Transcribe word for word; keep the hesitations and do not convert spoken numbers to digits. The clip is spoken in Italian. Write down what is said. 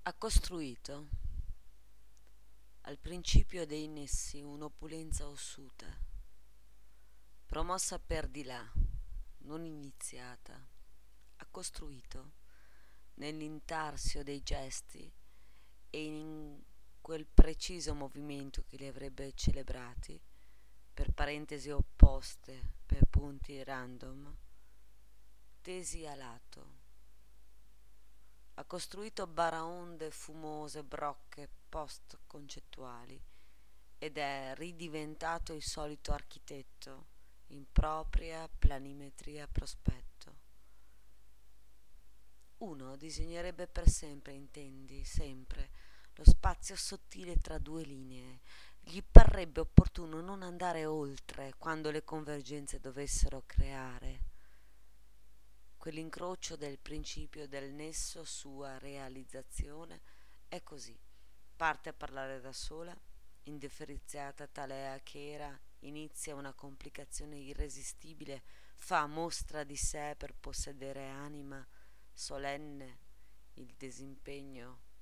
Ha costruito al principio dei nessi un'opulenza ossuta, promossa per di là, non iniziata. Ha costruito nell'intarsio dei gesti e in quel preciso movimento che li avrebbe celebrati, per parentesi opposte, per punti random, tesi a lato. Ha costruito baraonde fumose, brocche post-concettuali ed è ridiventato il solito architetto in propria planimetria prospetto. Uno disegnerebbe per sempre, intendi, sempre, lo spazio sottile tra due linee. Gli parrebbe opportuno non andare oltre quando le convergenze dovessero creare quell'incrocio del principio del nesso sua realizzazione. È così. Parte a parlare da sola, indifferenziata talea che era, inizia una complicazione irresistibile, fa mostra di sé per possedere anima solenne, il disimpegno